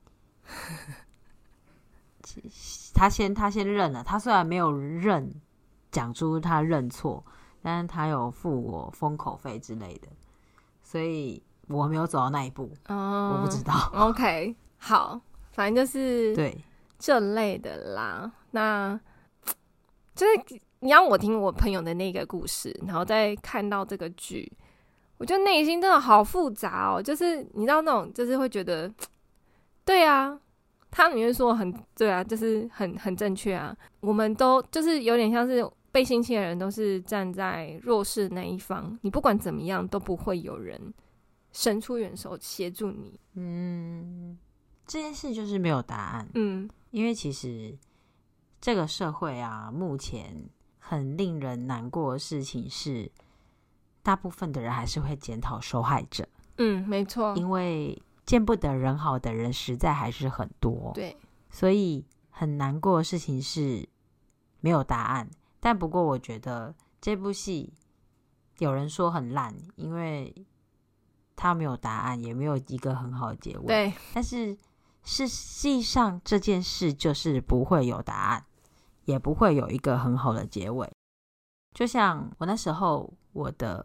他先他先认了，他虽然没有认讲出他认错。但是他有付我封口费之类的，所以我没有走到那一步，嗯、我不知道。 OK， 好，反正就是对这类的啦。那就是你让我听我朋友的那个故事，然后再看到这个剧，我觉得内心真的好复杂哦。就是你知道那种，就是会觉得，对啊，他里面说很对啊，就是很很正确啊。我们都就是有点像是。被性侵的人都是站在弱势那一方，你不管怎么样都不会有人伸出援手协助你。 嗯，这件事就是没有答案。 嗯， 因为其实这个社会啊，目前很令人难过的事情是，大部分的人还是会检讨受害者。 嗯，没错， 因为见不得人好的人实在还是很多。 对， 所以很难过的事情是没有答案。但不过我觉得这部戏有人说很烂，因为它没有答案，也没有一个很好的结尾。 对， 但是实际上这件事就是不会有答案，也不会有一个很好的结尾。就像我那时候我的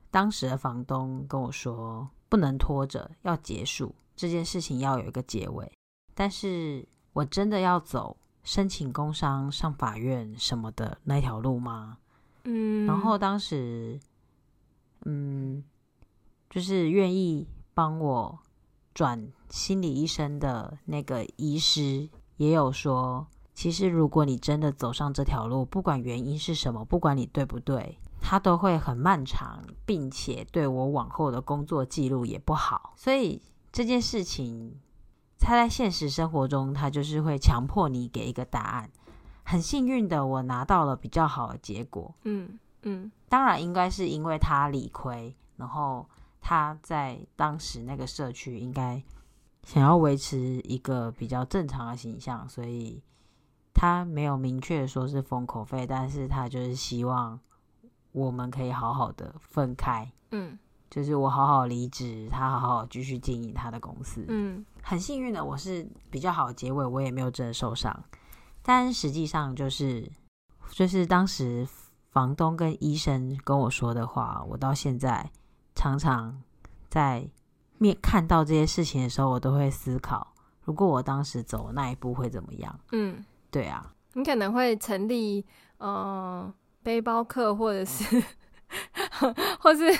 当时的房东跟我说不能拖着，要结束这件事情，要有一个结尾。但是我真的要走申请工伤上法院什么的那条路吗？嗯，然后当时嗯，就是愿意帮我转心理医生的那个医师也有说，其实如果你真的走上这条路，不管原因是什么，不管你对不对，它都会很漫长，并且对我往后的工作记录也不好。所以这件事情它在现实生活中，它就是会强迫你给一个答案。很幸运的我拿到了比较好的结果。嗯嗯，当然应该是因为他理亏，然后他在当时那个社区应该想要维持一个比较正常的形象，所以他没有明确说是封口费，但是他就是希望我们可以好好的分开。嗯，就是我好好离职，他好好继续经营他的公司。嗯，很幸运的我是比较好的结尾，我也没有真的受伤。但实际上就是就是当时房东跟医生跟我说的话，我到现在常常在面看到这些事情的时候，我都会思考，如果我当时走那一步会怎么样。嗯，对啊， 你可能会成立呃背包客，或者是或是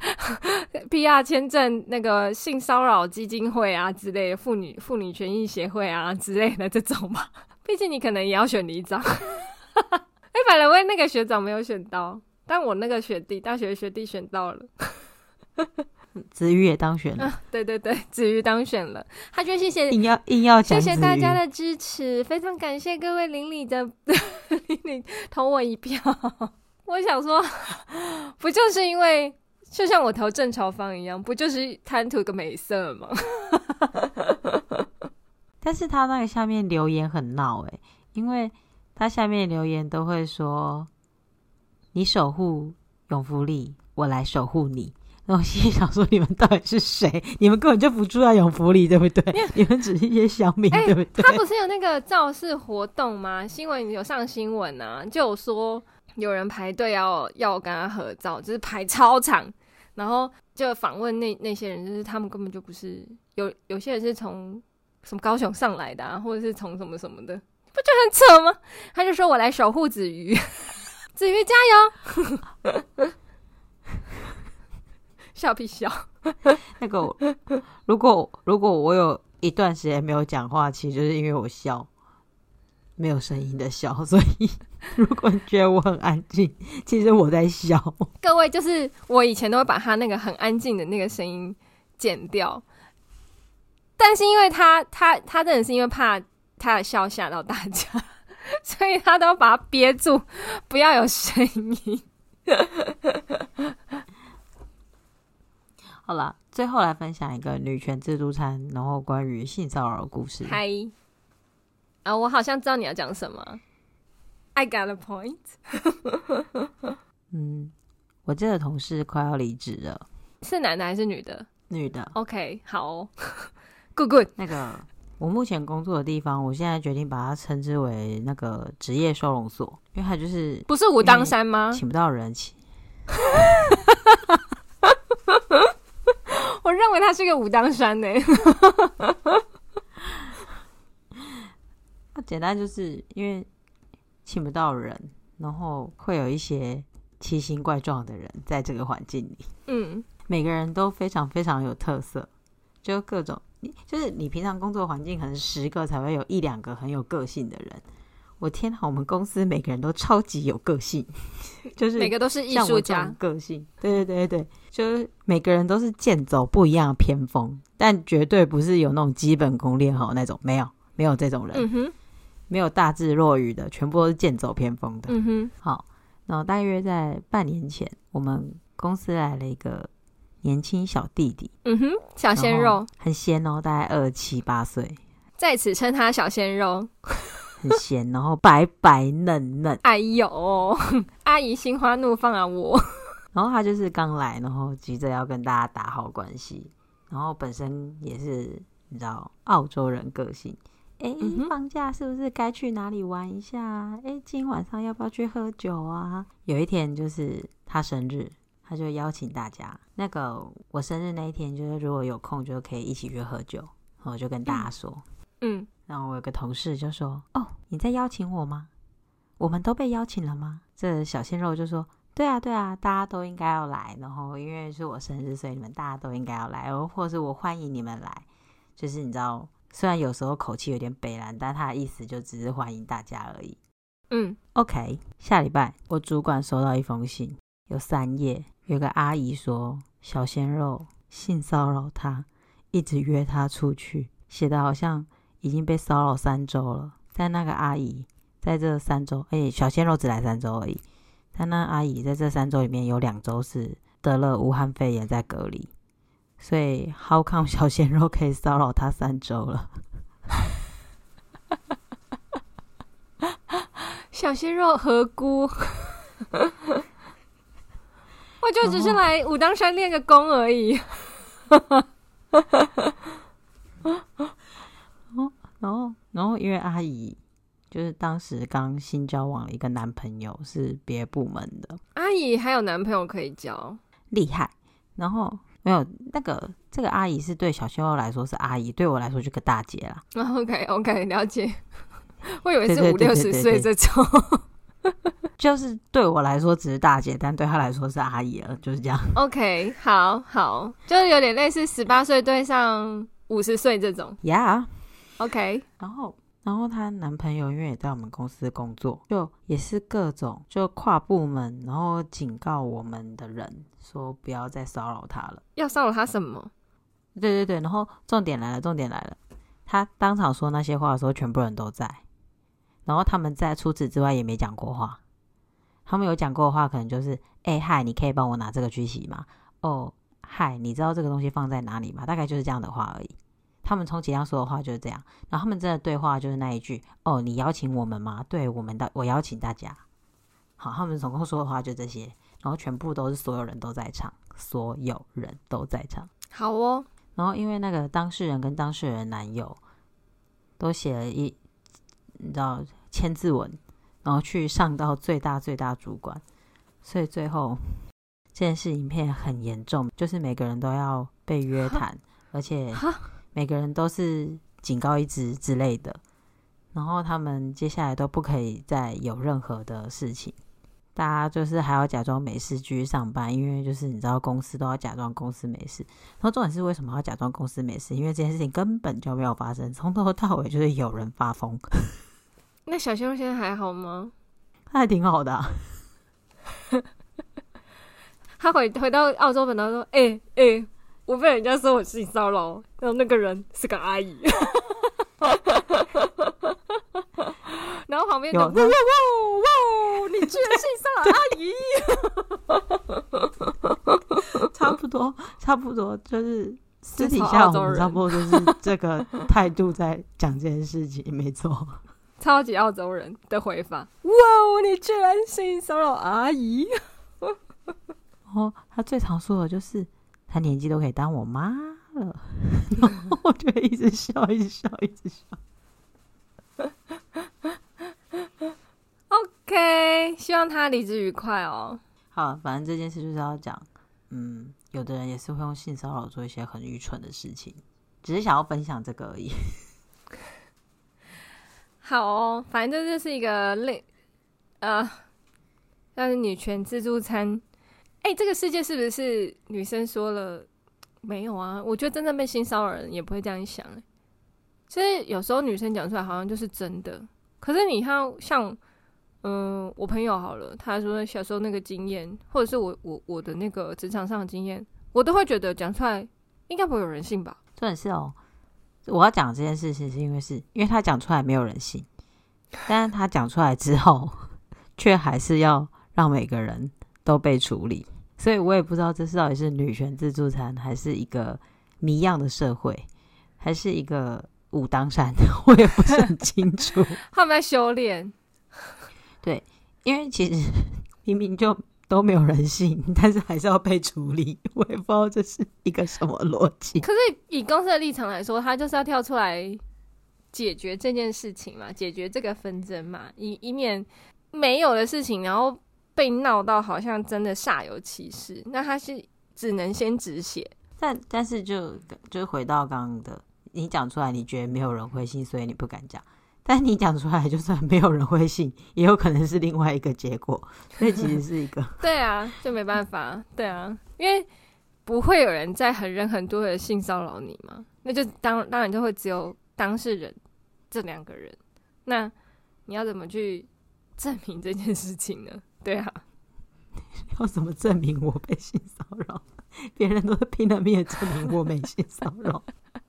P R 签证那个性骚扰基金会啊之类的，妇女妇女权益协会啊之类的这种吧。毕竟你可能也要选里长。哎，反正我那个学长没有选到，但我那个学弟大学学弟选到了。 子瑜也当选了。 啊、对对对，子瑜当选了。他就谢谢硬要硬要讲， 谢谢大家的支持，非常感谢各位邻里的邻里投我一票。我想说，不就是因为就像我投郑朝芳一样，不就是贪图个美色吗？ 但是他那个下面留言很闹欸，因为他下面留言都会说你守护永福里，我来守护你。那我心里想说，你们到底是谁？你们根本就不住在永福里，对不对？你们只是一些乡民、欸、对不对？ 他不是有那个造势活动吗？新闻有上新闻啊，就有说有人排队要要跟他合照，就是排超长，然后就访问那那些人，就是他们根本就不是，有有些人是从什么高雄上来的啊，或者是从什么什么的，不就很扯吗？他就说我来守护子瑜，子瑜加油。笑屁笑。 那个如果如果我有一段时间没有讲话，其实就是因为我笑没有声音的笑，所以如果你觉得我很安静，其实我在笑。 各位，就是我以前都会把他那个很安静的那个声音剪掉，但是因为他他他真的是因为怕他的笑吓到大家，所以他都把它憋住，不要有声音。 好啦，最后来分享一个女权自助餐，然后关于性骚扰的故事。 嗨，啊，我好像知道你要讲什么。I got a point 。 嗯，我这个同事快要离职了。 是男的还是女的？ 女的。 OK， 好哦。good good。 那个我目前工作的地方，我现在决定把它称之为那个职业收容所，因为它就是不是武当山吗？ 请不到人请。 我认为它是个武当山呢、欸。 简单就是因为请不到人，然后会有一些奇形怪状的人在这个环境里。嗯，每个人都非常非常有特色，就各种，就是你平常工作环境可能十个才会有一两个很有个性的人。我天哪，我们公司每个人都超级有个性，就是每个都是艺术家个性。对对对对，就是每个人都是剑走不一样的偏锋，但绝对不是有那种基本功练好那种，没有没有这种人。嗯哼，没有大智若愚的，全部都是剑走偏锋的。嗯哼，好，然后大约在半年前，我们公司来了一个年轻小弟弟。 嗯哼，小鲜肉， 很鲜哦，大概二十七八岁， 在此称他小鲜肉。 很咸，然后白白嫩嫩。 哎呦，阿姨心花怒放啊我！ 然后他就是刚来，然后急着要跟大家打好关系，然后本身也是你知道澳洲人个性，哎、嗯，放假是不是该去哪里玩一下？哎，今晚上要不要去喝酒啊？有一天就是他生日， 他就邀请大家，那个我生日那一天，就是如果有空就可以一起去喝酒，我就跟大家说， 嗯， 然后我有个同事就说，哦，你在邀请我吗？我们都被邀请了吗？这小鲜肉就说，对啊对啊，大家都应该要来，然后因为是我生日，所以你们大家都应该要来，或是我欢迎你们来，就是你知道，虽然有时候口气有点北蓝，但他的意思就只是欢迎大家而已。 嗯 OK， 下礼拜我主管收到一封信，有三页，有个阿姨说小鲜肉性骚扰她，一直约她出去，写的好像已经被骚扰三周了，但那个阿姨在这三周，哎，小鲜肉只来三周而已，但那阿姨在这三周里面有两周是得了武汉肺炎在隔离，所以 how come 小鲜肉可以骚扰她三周了？ 小鲜肉何辜？我就只是来武当山练个功而已。 然后，然后因为阿姨就是当时刚新交往了一个男朋友，是别部门的。 阿姨还有男朋友可以交， 厉害。然后没有那个这个阿姨是对小鲜肉来说是阿姨，对我来说就个大姐啦。 OK OK， 了解。我以为是五六十岁这种。 就是对我来说只是大姐，但对她来说是阿姨了，就是这样。 OK， 好好，就是有点类似十八岁对上五十岁这种。 Yeah， OK。 然后，然后她男朋友因为也在我们公司工作，就也是各种就跨部门，然后警告我们的人说不要再骚扰他了。 要骚扰他什么？ 对对对，然后重点来了，重点来了，他当场说那些话的时候，全部人都在。然后他们在除此之外也没讲过话，他们有讲过的话可能就是哎嗨，你可以帮我拿这个去洗吗？哦嗨，你知道这个东西放在哪里吗？大概就是这样的话而已。他们充其量说的话就是这样，然后他们真的对话就是那一句，哦你邀请我们吗？对，我们的我邀请大家。好，他们总共说的话就这些，然后全部都是所有人都在场，所有人都在场。 好哦。 然后因为那个当事人跟当事人男友都写了一你知道签字文，然后去上到最大最大主管，所以最后这件事影片很严重，就是每个人都要被约谈，而且每个人都是警告一支之类的，然后他们接下来都不可以再有任何的事情，大家就是还要假装没事继续上班，因为就是你知道公司都要假装公司没事，然后重点是为什么要假装公司没事？因为这件事情根本就没有发生，从头到尾就是有人发疯。 那小鲜肉现在还好吗？ 他还挺好的、啊。 他回回到澳洲本来说：“哎、欸、哎、欸，我被人家说我性骚扰，然后那个人是个阿姨。”然后旁边就哇哇哇哇！你居然性骚扰阿姨！ 差不多，差不多，就是私底下我们差不多就是这个态度在讲这件事情，没错。 超级澳洲人的回法，哇！你居然性骚扰阿姨！ 然后他最常说的就是他年纪都可以当我妈了，然后我就一直笑，一直笑，一直笑。 OK， 希望他离职愉快哦。 好，反正这件事就是要讲，嗯，有的人也是会用性骚扰做一些很愚蠢的事情，只是想要分享这个而已。 好哦，反正这就是一个类呃，像是女权自助餐。哎、欸，这个世界是不是女生说了没有啊？我觉得真正被性骚扰的人也不会这样想。其实有时候女生讲出来好像就是真的，可是你看像嗯、呃，我朋友好了，他说小时候那个经验，或者是我我我的那个职场上的经验，我都会觉得讲出来应该不会有人信吧。 重点是哦，我要讲这件事情是因为是因为他讲出来没有人信，但是他讲出来之后却还是要让每个人都被处理，所以我也不知道这是到底是女权自助餐还是一个谜样的社会，还是一个武当山，我也不是很清楚。 他们在修炼。 对，因为其实明明就都没有人信，但是还是要被处理，我也不知道这是一个什么逻辑。 可是以公司的立场来说，他就是要跳出来解决这件事情嘛，解决这个纷争嘛，以以免没有的事情然后被闹到好像真的煞有其事，那他是只能先止血。 但但是就就回到刚刚的，你讲出来你觉得没有人会信，所以你不敢讲，但你讲出来就算没有人会信，也有可能是另外一个结果，所以其实是一个对啊，就没办法。对啊，因为不会有人在很人很多的性骚扰你嘛，那就当当然就会只有当事人这两个人，那你要怎么去证明这件事情呢？对啊， 要怎么证明我被性骚扰？别人都拼了命的证明我没性骚扰。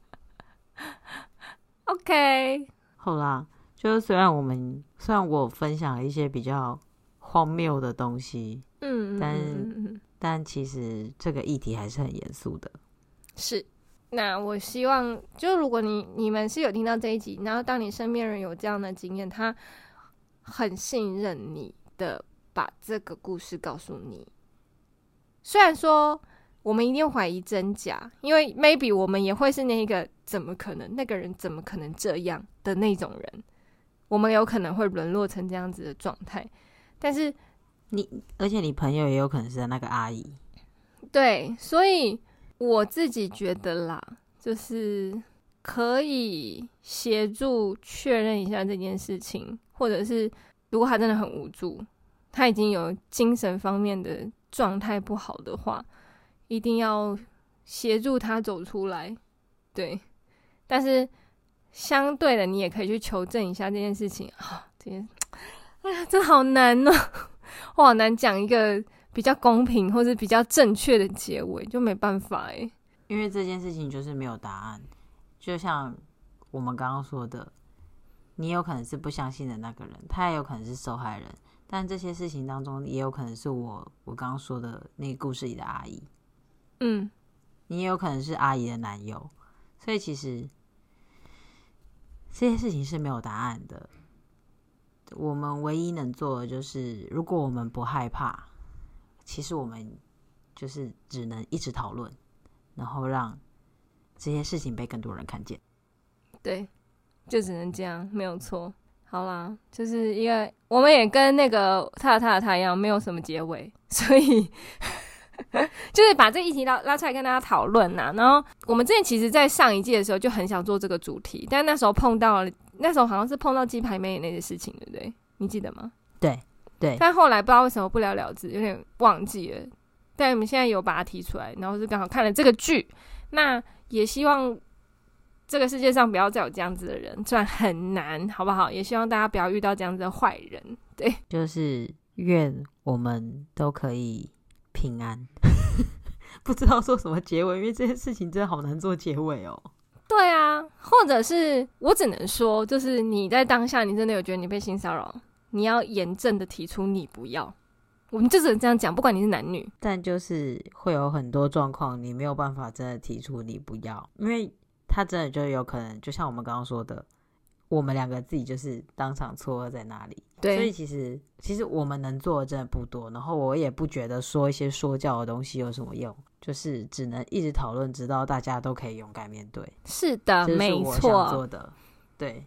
OK， 好啦，就是虽然我们虽然我分享了一些比较荒谬的东西，嗯，但嗯但其实这个议题还是很严肃的。 是，那我希望就如果你你们是有听到这一集，然后当你身边人有这样的经验，他很信任你的把这个故事告诉你，虽然说我们一定怀疑真假，因为 maybe 我们也会是那个怎么可能那个人怎么可能这样的那种人，我们有可能会沦落成这样子的状态，但是你而且你朋友也有可能是那个阿姨， 对，所以我自己觉得啦，就是可以协助确认一下这件事情，或者是如果他真的很无助，他已经有精神方面的状态不好的话，一定要协助他走出来。对，但是相对的，你也可以去求证一下这件事情啊。这件，哎呀，这好难哦，我好难讲一个比较公平或是比较正确的结尾，就没办法哎。 因为这件事情就是没有答案，就像我们刚刚说的，你有可能是不相信的那个人，他也有可能是受害人，但这些事情当中也有可能是我我刚刚说的那个故事里的阿姨，嗯，你也有可能是阿姨的男友，所以其实这些事情是没有答案的。我们唯一能做的就是，如果我们不害怕，其实我们就是只能一直讨论，然后让这些事情被更多人看见。对， 就只能这样，没有错。好啦，就是因为我们也跟那个他的他的他一样，没有什么结尾，所以就是把这个议题拉拉出来跟大家讨论呐。然后我们之前其实在上一季的时候就很想做这个主题，但那时候碰到了，那时候好像是碰到鸡排妹那些事情，对不对？你记得吗？ 对对。 但后来不知道为什么不了了之，有点忘记了。但我们现在有把它提出来，然后是刚好看了这个剧，那也希望这个世界上不要再有这样子的人，虽然很难，好不好？也希望大家不要遇到这样子的坏人。对， 就是愿我们都可以平安。不知道说什么结尾，因为这件事情真的好难做结尾哦。 对啊，或者是我只能说，就是你在当下，你真的有觉得你被性骚扰，你要严正的提出你不要。我们就只能这样讲，不管你是男女。 但就是会有很多状况，你没有办法真的提出你不要，因为他真的就有可能，就像我们刚刚说的，我们两个自己就是当场错愕在那里。对，所以其实其实我们能做的真的不多，然后我也不觉得说一些说教的东西有什么用，就是只能一直讨论，直到大家都可以勇敢面对。 是的，没错，这是我想做的。对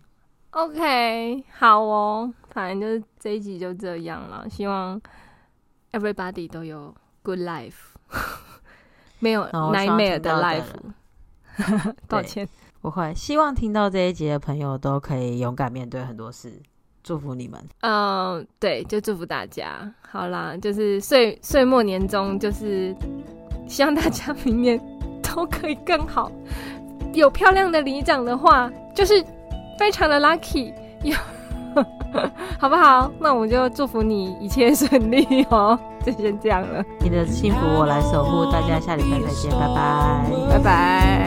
，OK， 好哦，反正就是这一集就这样了，希望 everybody 都有 good life， 没有 nightmare 的 life。抱歉， 不会。希望听到这一集的朋友都可以勇敢面对很多事，祝福你们。 嗯，对，就祝福大家。好啦，就是岁岁末年终，就是希望大家明年都可以更好。有漂亮的里长的话，就是非常的 lucky， 有好不好？那我们就祝福你一切顺利哦。就先这样了， 你的幸福我来守护。大家下礼拜再见，拜拜， 拜拜。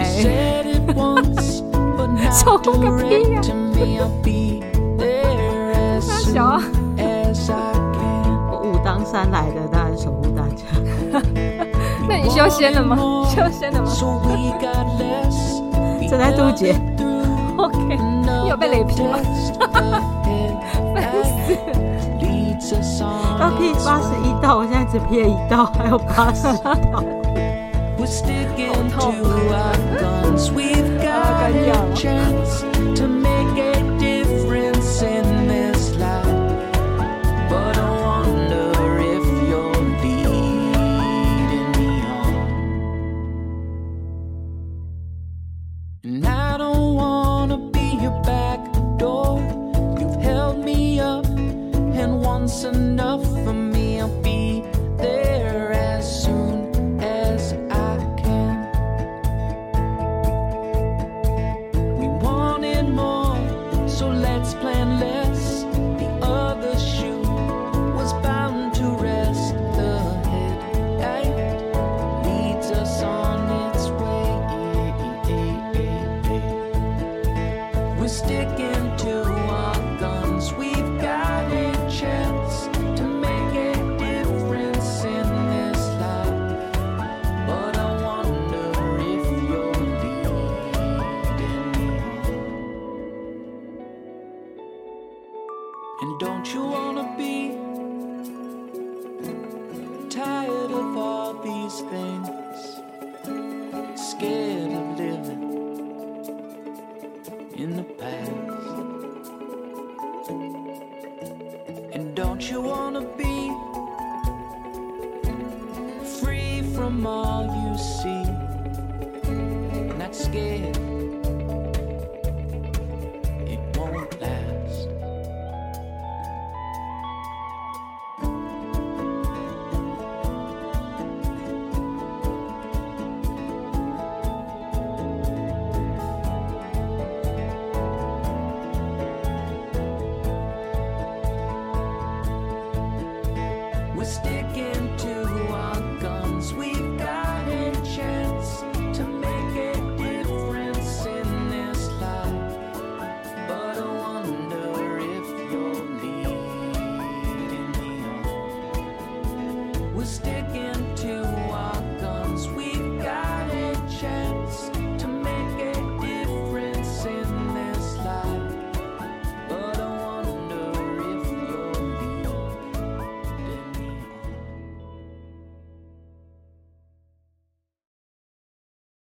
守护个屁呀！大小啊！ 我武当山来的，当然守护大家。 那你修仙了吗？修仙了吗？ 正在渡劫。 OK， 你有被雷劈吗？烦死！ 要劈八十一道，我现在只劈了一道，还有八十道，好痛啊！干掉了。 And I don't wanna be your back door. You've held me up, and once enough for me. I'll be there as soon as I can. We wanted more, so let's plan less. The other shoe was bound to rest. The headlight leads us on its way. We're sticking to our guns. We've got a chance to make a difference in this life. But I wonder if you're leading me. And don't you wanna be tired of all these things? Scared of living in the past? And don't you wanna be free from all you see? Not scared